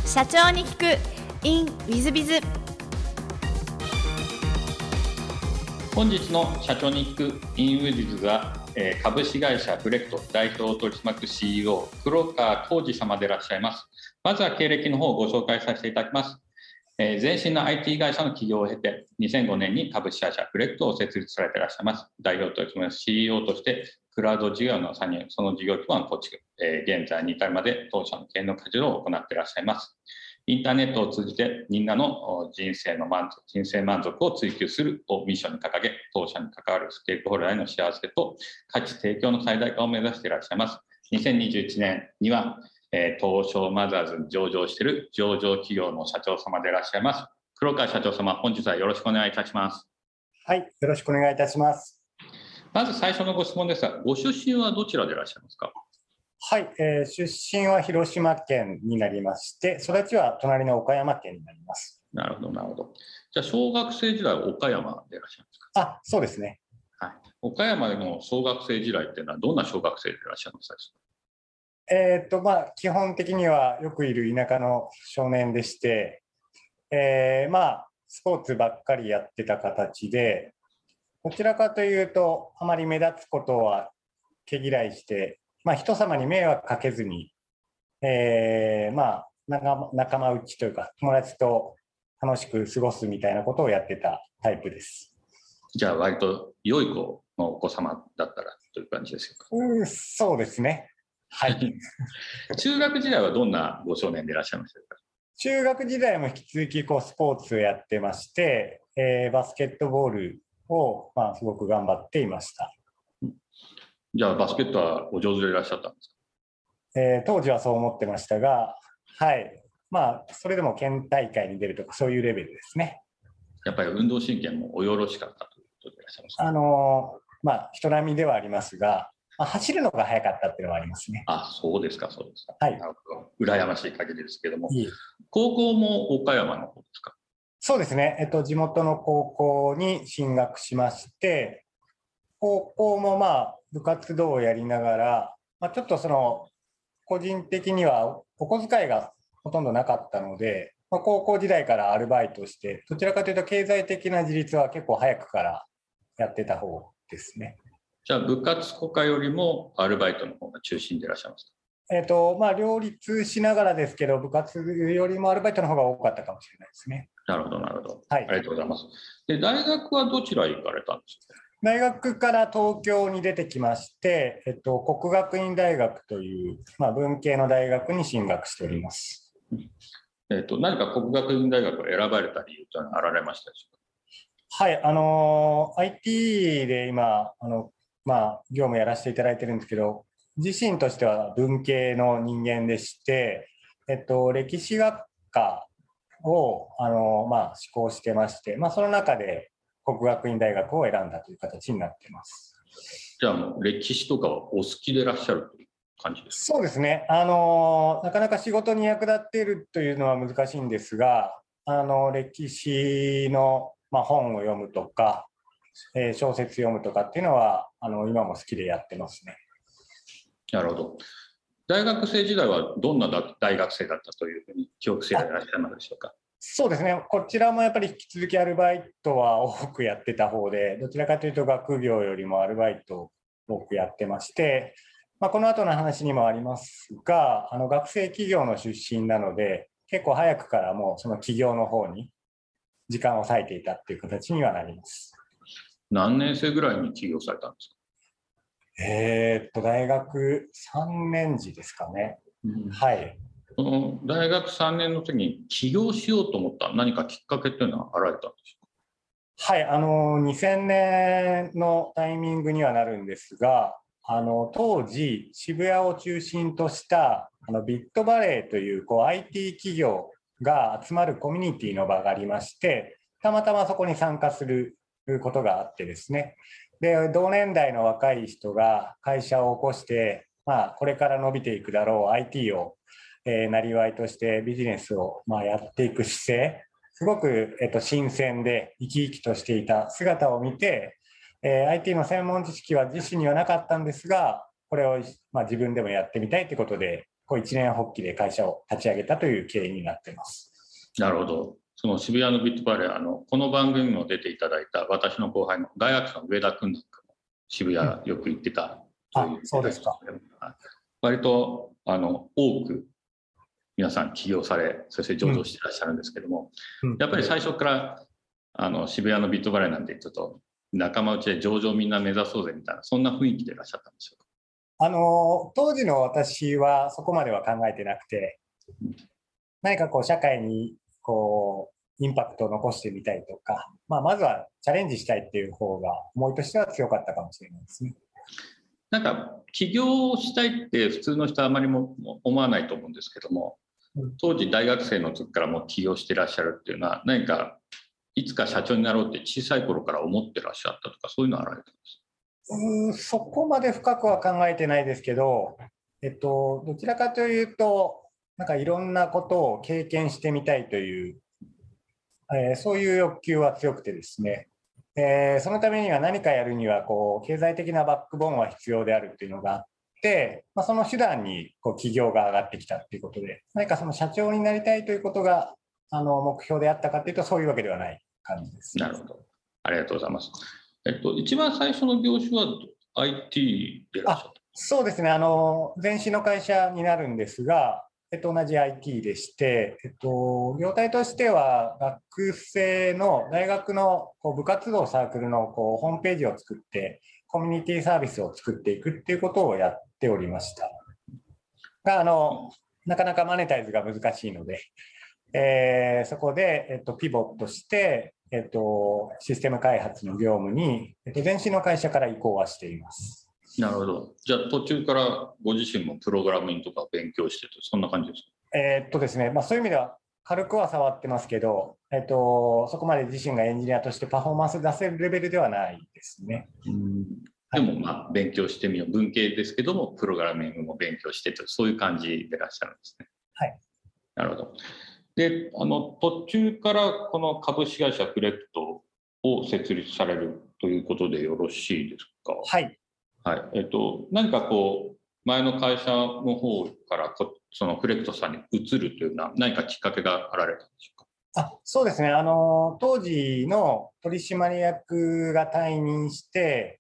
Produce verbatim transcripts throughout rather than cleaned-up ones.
社長に聞く in ウィズビズ。 本日の社長に聞く in ウィズビズは、えー、株式会社フレクト代表取締役 シーイーオー 黒川浩二様でいらっしゃいます。まずは経歴の方をご紹介させていただきます。えー、前身の アイティー 会社の起業を経てにせんごねんに株式会社フレクトを設立されていらっしゃいます。代表取締役 シーイーオー としてクラウド事業の参入、その事業基盤構築、えー、現在に至るまで当社の経営の活動を行っていらっしゃいます。インターネットを通じてみんなの人生の満足、人生満足を追求するをミッションに掲げ、当社に関わるステークホルダーへの幸せと価値提供の最大化を目指していらっしゃいます。にせんにじゅういちねんには、えー、東証マザーズに上場している上場企業の社長様でいらっしゃいます。黒川社長様、本日はよろしくお願いいたします。 はい、よろしくお願いいたします。 まず最初のご質問ですが、ご出身はどちらでいらっしゃいますか？ はい、えー、出身は広島県になりまして、育ちは隣の岡山県になります。 なるほど、なるほど。じゃあ、小学生時代は岡山でいらっしゃいますか？ あ、そうですね。 はい。岡山での小学生時代っていうのはどんな小学生でいらっしゃいますか？ えーっと、まあ、基本的にはよくいる田舎の少年でして、えー、まあ、スポーツばっかりやってた形で、どちらかというと、あまり目立つことは毛嫌いして、まあ、人様に迷惑かけずに、えー、まあ仲、仲間内というか、友達と楽しく過ごすみたいなことをやってたタイプです。 じゃあ、割と良い子のお子様だったらという感じですか？ うん、そうですね。はい。 中学時代はどんなご少年でいらっしゃいましたか？ 中学時代も引き続きこうスポーツをやってまして、えー、バスケットボールを、まあ、すごく頑張っていました。 じゃあ、バスケットはお上手でいらっしゃったんですか？ えー、当時はそう思ってましたが、はい。まあ、それでも県大会に出るとか、そういうレベルですね。 やっぱり運動神経もおよろしかったということでいらっしゃいますか？ あのー、まあ、人並みではありますが、まあ、走るのが速かったっていうのはありますね。 あ、そうですか、そうですか。 はい。 なるほど。羨ましい限りですけども。 いい。 高校も岡山の方ですか？ そうですね。えっと、地元の高校に進学しまして、高校もまあ、部活動をやりながら、まあ、ちょっとその、個人的にはお小遣いがほとんどなかったので、まあ、高校時代からアルバイトして、どちらかというと経済的な自立は結構早くからやってた方ですね。 じゃあ、部活とかよりもアルバイトの方が中心でいらっしゃいますか？ えっと、まあ、両立しながらですけど、部活よりもアルバイトの方が多かったかもしれないですね。 なるほど、なるほど。 はい。 ありがとうございます。で、大学はどちらへ行かれたんですか？ 大学から東京に出てきまして、えっと、國學院大学という、まあ、文系の大学に進学しております。 えっと、何か國學院大学を選ばれた理由というのはあられましたでしょうか？ はい、あの、アイティー で今、あの、まあ、業務やらせていただいてるんですけど、自身としては文系の人間でして、えっと、歴史学科を、あの、まあ、思考してまして、まあ、その中で國學院大学を選んだという形になっています。 じゃあ、もう歴史とかはお好きでいらっしゃるという感じですか？ そうですね。あの、なかなか仕事に役立っているというのは難しいんですが、あの、歴史の、まあ、本を読むとか、えー、小説読むとかっていうのは、あの、今も好きでやってますね。 なるほど。大学生時代はどんな大学生だったというふうに記憶していらっしゃいますでしょうか？ そうですね。こちらもやっぱり引き続きアルバイトは多くやってた方で、どちらかというと学業よりもアルバイトを多くやってまして、まあ、この後の話にもありますが、あの学生企業の出身なので、結構早くからもうその企業の方に時間を割いていたっていう形にはなります。 何年生ぐらいに起業されたんですか？ えー、っと、大学さんねん時ですかね。うん、はい。 その大学さんねんの時に起業しようと思った何かきっかけっていうのはあられたんでしょうか？はい、あの、にせんねんのタイミングにはなるんですが、あの、当時、渋谷を中心とした、あの、ビットバレーという、こう、アイティー 企業が集まるコミュニティの場がありまして、たまたまそこに参加することがあってですね。で、同年代の若い人が会社を起こして、まあ、これから伸びていくだろう アイティー を、えー、なりわいとしてビジネスを、まあ、やっていく姿勢、すごく、えっと、新鮮で生き生きとしていた姿を見て、えー、アイティー の専門知識は自身にはなかったんですが、これを、まあ、自分でもやってみたいということで、 こう一年発起で会社を立ち上げたという経緯になっています。 なるほど。その渋谷のビットバレー、あのこの番組にも出ていただいた私の後輩の大学生の上田君なんかも渋谷よく行ってたという、 うん、あ、そうですか。 割とあの多く皆さん起業され、そして上場していらっしゃるんですけども、うん、やっぱり最初からあの渋谷のビットバレーなんてちょっと仲間内で上場みんな目指そうぜみたいな、そんな雰囲気でいらっしゃったんでしょうか。 あの当時の私はそこまでは考えてなくて、何かこう社会にこうインパクトを残してみたいとか、まあ、まずはチャレンジしたいっていう方が思いとしては強かったかもしれないですね。 なんか起業したいって普通の人はあまりも思わないと思うんですけども、当時大学生の時からもう起業してらっしゃるっていうのは、何かいつか社長になろうって小さい頃から思ってらっしゃったとか、そういうのはあられてます？ うーん、そこまで深くは考えてないですけど、えっと、どちらかというとなんかいろんなことを経験してみたいという、えー、そういう欲求は強くてですね、えー、そのためには何かやるにはこう経済的なバックボーンは必要であるっていうのがあって、まあ、その手段にこう企業が上がってきたっていうことで、何かその社長になりたいということがあの目標であったかというと、そういうわけではない感じです。 なるほど、ありがとうございます。えっと、一番最初の業種は アイティー でいらっしゃった？ そうですね、あの前身の会社になるんですが、えっと、同じ アイティー でして、えっと、業態としては学生の大学のこう部活動サークルのこうホームページを作ってコミュニティサービスを作っていくっていうことをやっておりましたが、あのなかなかマネタイズが難しいので、えー、そこで、えっと、ピボットして、えっと、システム開発の業務に、えっと、前身の会社から移行はしています。 なるほど。じゃあ途中からご自身もプログラミングとか勉強してて、そんな感じですか？ えー、っとですね、まあ、そういう意味では軽くは触ってますけど、えっと、そこまで自身がエンジニアとしてパフォーマンス出せるレベルではないですね。 うんでもまあ勉強してみよう、文系ですけどもプログラミングも勉強してと、そういう感じでいらっしゃるんですね。 はい。 なるほど。で、あの途中からこの株式会社フレクトを設立されるということでよろしいですか？ はい。 はい。えっと何かこう前の会社の方からこそのフレクトさんに移るというような何かきっかけがあられたんでしょうか？ あ、そうですね。あの当時の取締役が退任して、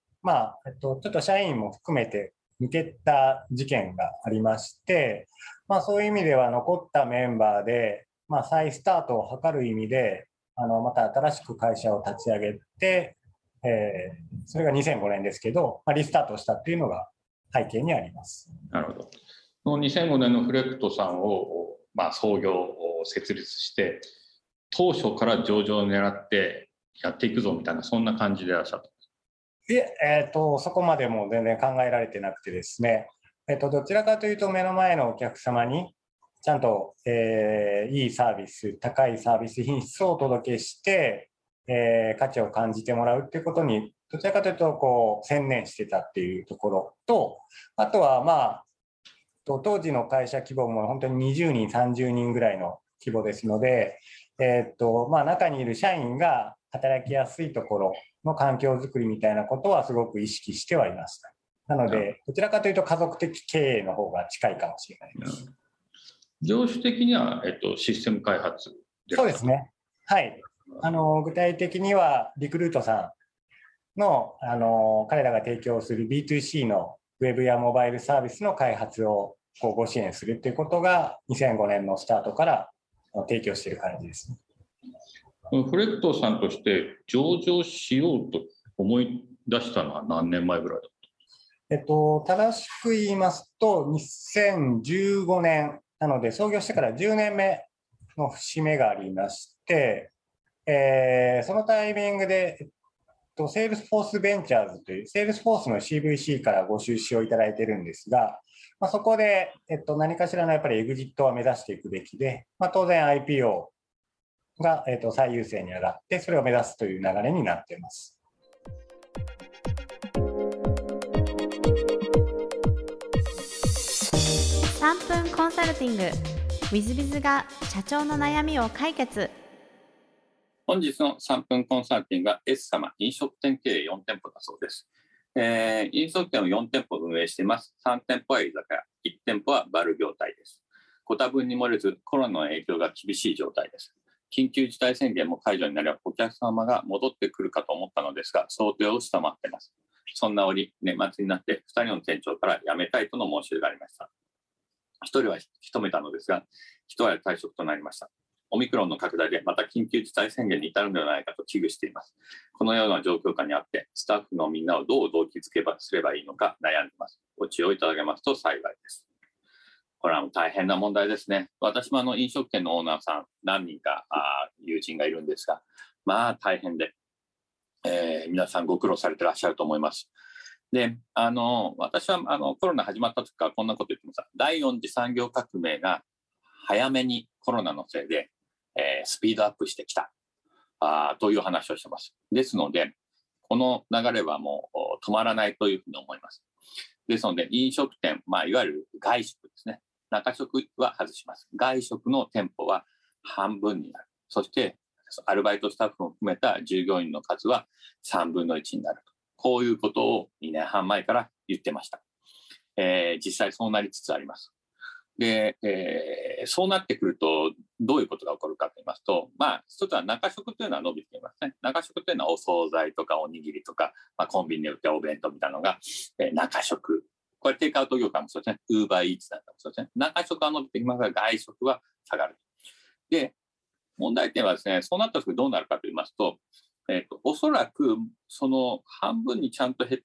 まあえっと、ちょっと社員も含めて抜けた事件がありまして、まあ、そういう意味では残ったメンバーで、まあ、再スタートを図る意味であのまた新しく会社を立ち上げて、えー、それがにせんごねんですけど、まあ、リスタートしたっていうのが背景にあります。 なるほど。そのにせんごねんのフレクトさんを、まあ、創業を設立して当初から上場を狙ってやっていくぞみたいな、そんな感じでいらっしゃった？ いえ、えーと、そこまでも全然考えられてなくてですね、えーと、どちらかというと目の前のお客様にちゃんと、えー、いいサービス、高いサービス品質をお届けして、えー、価値を感じてもらうっていうことにどちらかというとこう専念してたっていうところと、あとはまあ当時の会社規模も本当ににじゅうにんさんじゅうにんぐらいの規模ですので、えーとまあ、中にいる社員が働きやすいところの環境づくりみたいなことはすごく意識してはいました。なのでどちらかというと家族的経営の方が近いかもしれないです。 業種的には、えっと、システム開発ですか？ そうですね。はい。あの具体的にはリクルートさんの、あの彼らが提供する ビーツーシー のウェブやモバイルサービスの開発をこうご支援するということがにせんごねんのスタートから提供している感じです。 フレクトさんとして上場しようと思い出したのは何年前ぐらいだった？ えっと、正しく言いますとにせんじゅうごねんなので創業してからじゅうねんめの節目がありまして、えー、そのタイミングで、えっと、セールスフォースベンチャーズというセールスフォースの シーブイシー からご出資をいただいているんですが、まあ、そこで、えっと、何かしらのやっぱりエグジットは目指していくべきで、まあ、当然 アイピーオー が、えっと、最優先に上がってそれを目指すという流れになっています。 さんぷんコンサルティング ウィズビズ が社長の悩みを解決。 本日のさんぷんコンサルティングは S 様飲食店経営よん店舗だそうです。えー、飲食店をよん店舗運営しています。さん店舗は居酒屋、いち店舗はバル業態です。ご多分に漏れずコロナの影響が厳しい状態です。緊急事態宣言も解除になればお客様が戻ってくるかと思ったのですが、想定を下回っています。そんな折、年末になってふたりの店長から辞めたいとの申し出がありました。ひとりは引き止めたのですが、ひとりは退職となりました。オミクロンの拡大でまた緊急事態宣言に至るのではないかと危惧しています。このような状況下にあって、スタッフのみんなをどう動機づけすればいいのか悩んでいます。ご知恵をいただけますと幸いです。これはもう大変な問題ですね。私もあの飲食店のオーナーさん何人かあ友人がいるんですが、まあ大変で、えー、皆さんご苦労されてらっしゃると思います。で、あの私はあのコロナ始まった時からこんなこと言ってます。第四次産業革命が早めにコロナのせいで、えー、スピードアップしてきたあという話をしています。ですので、この流れはもう止まらないというふうに思います。ですので、飲食店、まあ、いわゆる外食ですね。中食は外します。外食の店舗は半分になる。そして、アルバイトスタッフも含めた従業員の数はさんぶんのいちになると。こういうことをにねんはん前から言ってました。えー、実際そうなりつつあります。で、えー、そうなってくると、どういうことが起こるかと言いますと、まあ、一つは中食というのは伸びていますね。中食というのはお惣菜とかおにぎりとか、まあ、コンビニで売ってお弁当みたいなのが、えー、中食。これテイクアウト業界もそうですね。ウーバーイーツだったりもそうですね。中食は伸びてきますが、外食は下がる。で、問題点はですね、そうなった時どうなるかと言いますと、えーと、おそらくその半分にちゃんと減って、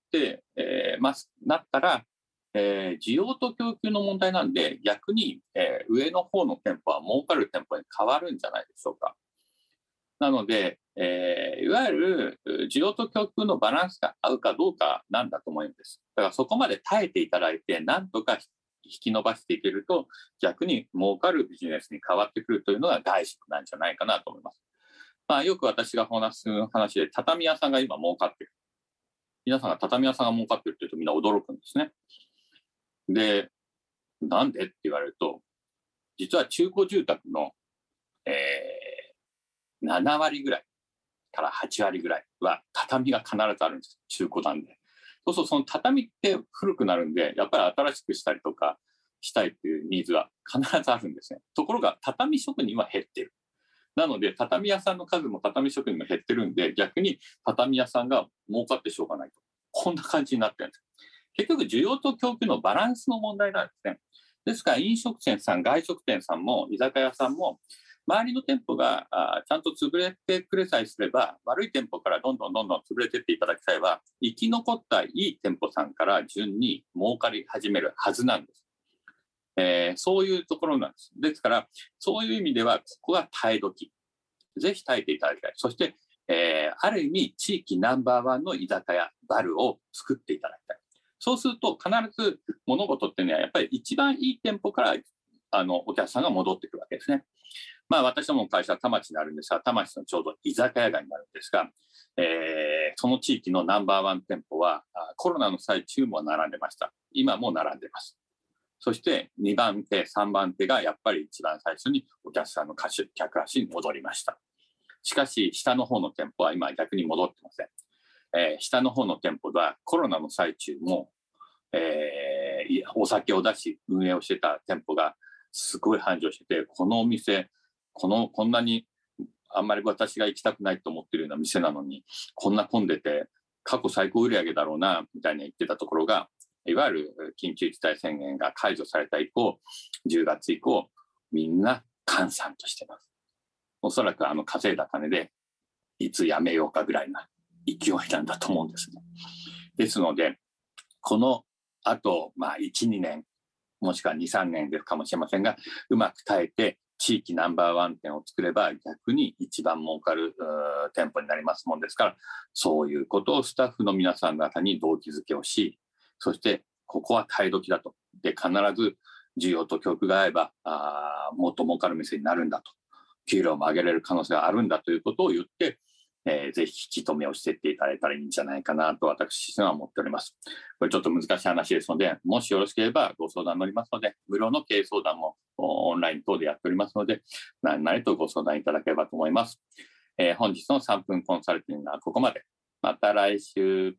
えー、ます、なったら、えー、需要と供給の問題なんで、逆に、えー、上の方の店舗は儲かる店舗に変わるんじゃないでしょうか。なので、えー、いわゆる需要と供給のバランスが合うかどうかなんだと思うんです。だからそこまで耐えていただいて、なんとか引き伸ばしていけると、逆に儲かるビジネスに変わってくるというのが外食なんじゃないかなと思います。まあ、よく私が話す話で、畳屋さんが今儲かっている。皆さんが畳屋さんが儲かっているというとみんな驚くんですね。で、なんでって言われると、実は中古住宅の、えー、ななわりぐらいからはちわりぐらいは畳が必ずあるんです。中古なんで。そうするとその畳って古くなるんで、やっぱり新しくしたりとかしたいっていうニーズは必ずあるんですね。ところが畳職人は減ってる。なので畳屋さんの数も畳職人も減ってるんで、逆に畳屋さんが儲かってしょうがないと。こんな感じになってるんです。結局需要と供給のバランスの問題なんですね。ですから飲食店さん、外食店さんも居酒屋さんも周りの店舗がちゃんと潰れてくれさえすれば、悪い店舗からどんどんどんどん潰れていっていただきたいは、生き残ったいい店舗さんから順に儲かり始めるはずなんです。えー、そういうところなんです。ですからそういう意味ではここが耐え時。ぜひ耐えていただきたい。そして、えー、ある意味地域ナンバーワンの居酒屋、バルを作っていただきたい。そうすると必ず物事っていうのはやっぱり一番いい店舗からあのお客さんが戻ってくるわけですね。まあ私どもの会社は田町になるんですが、田町のちょうど居酒屋街になるんですが、えー、その地域のナンバーワン店舗はコロナの最中も並んでました。今も並んでます。そしてにばん手、さんばん手がやっぱり一番最初にお客さんの客足に戻りました。しかし下の方の店舗は今逆に戻ってません。えー、下の方の店舗はコロナの最中も、えー、お酒を出し運営をしてた店舗がすごい繁盛してて、このお店このこんなにあんまり私が行きたくないと思ってるような店なのにこんな混んでて過去最高売上だろうなみたいに言ってたところが、いわゆる緊急事態宣言が解除された以降、じゅうがつ以降みんな閑散としてます。おそらくあの稼いだ金でいつやめようかぐらいな勢いなんだと思うんですね。ですのでこのあと、まあ、いち、にねんもしくはに、さんねんでかもしれませんが、うまく耐えて地域ナンバーワン店を作れば逆に一番儲かる店舗になりますもんですから、そういうことをスタッフの皆さん方に動機づけをし、そしてここは耐え時だと。で、必ず需要と供給が合えばあもっと儲かる店になるんだと。給料も上げられる可能性があるんだということを言って、えー、ぜひ引き止めをしていっていただいたらいいんじゃないかなと私自身は思っております。これちょっと難しい話ですので、もしよろしければご相談乗りますので、無料の経営相談もオンライン等でやっておりますので、何なりとご相談いただければと思います。えー、本日のさんぷんコンサルティングはここまで。また来週。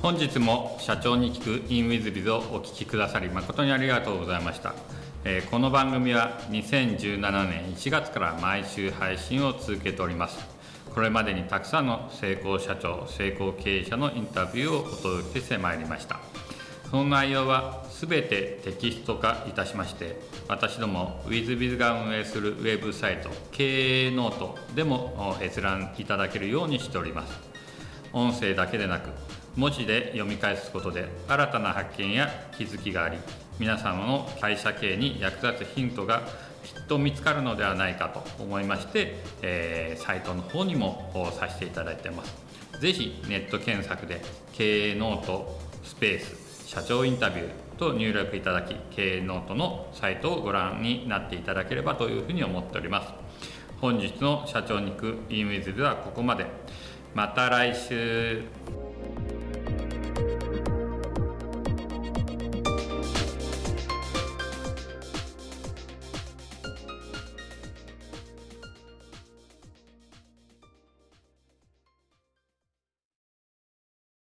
本日も社長に聞く InWithBiz をお聞きくださり誠にありがとうございました。えー、この番組はにせんじゅうななねんいちがつから毎週配信を続けております。これまでにたくさんの成功社長、成功経営者のインタビューをお届けしてまいりました。その内容はすべてテキスト化いたしまして、私ども WithBiz が運営するウェブサイト経営ノートでも閲覧いただけるようにしております。音声だけでなく文字で読み返すことで新たな発見や気づきがあり、皆様の会社経営に役立つヒントがきっと見つかるのではないかと思いまして、えー、サイトの方にもさせていただいています。ぜひネット検索で経営ノートスペース社長インタビューと入力いただき、経営ノートのサイトをご覧になっていただければというふうに思っております。本日の社長に行く InWithBiz はここまで。また来週。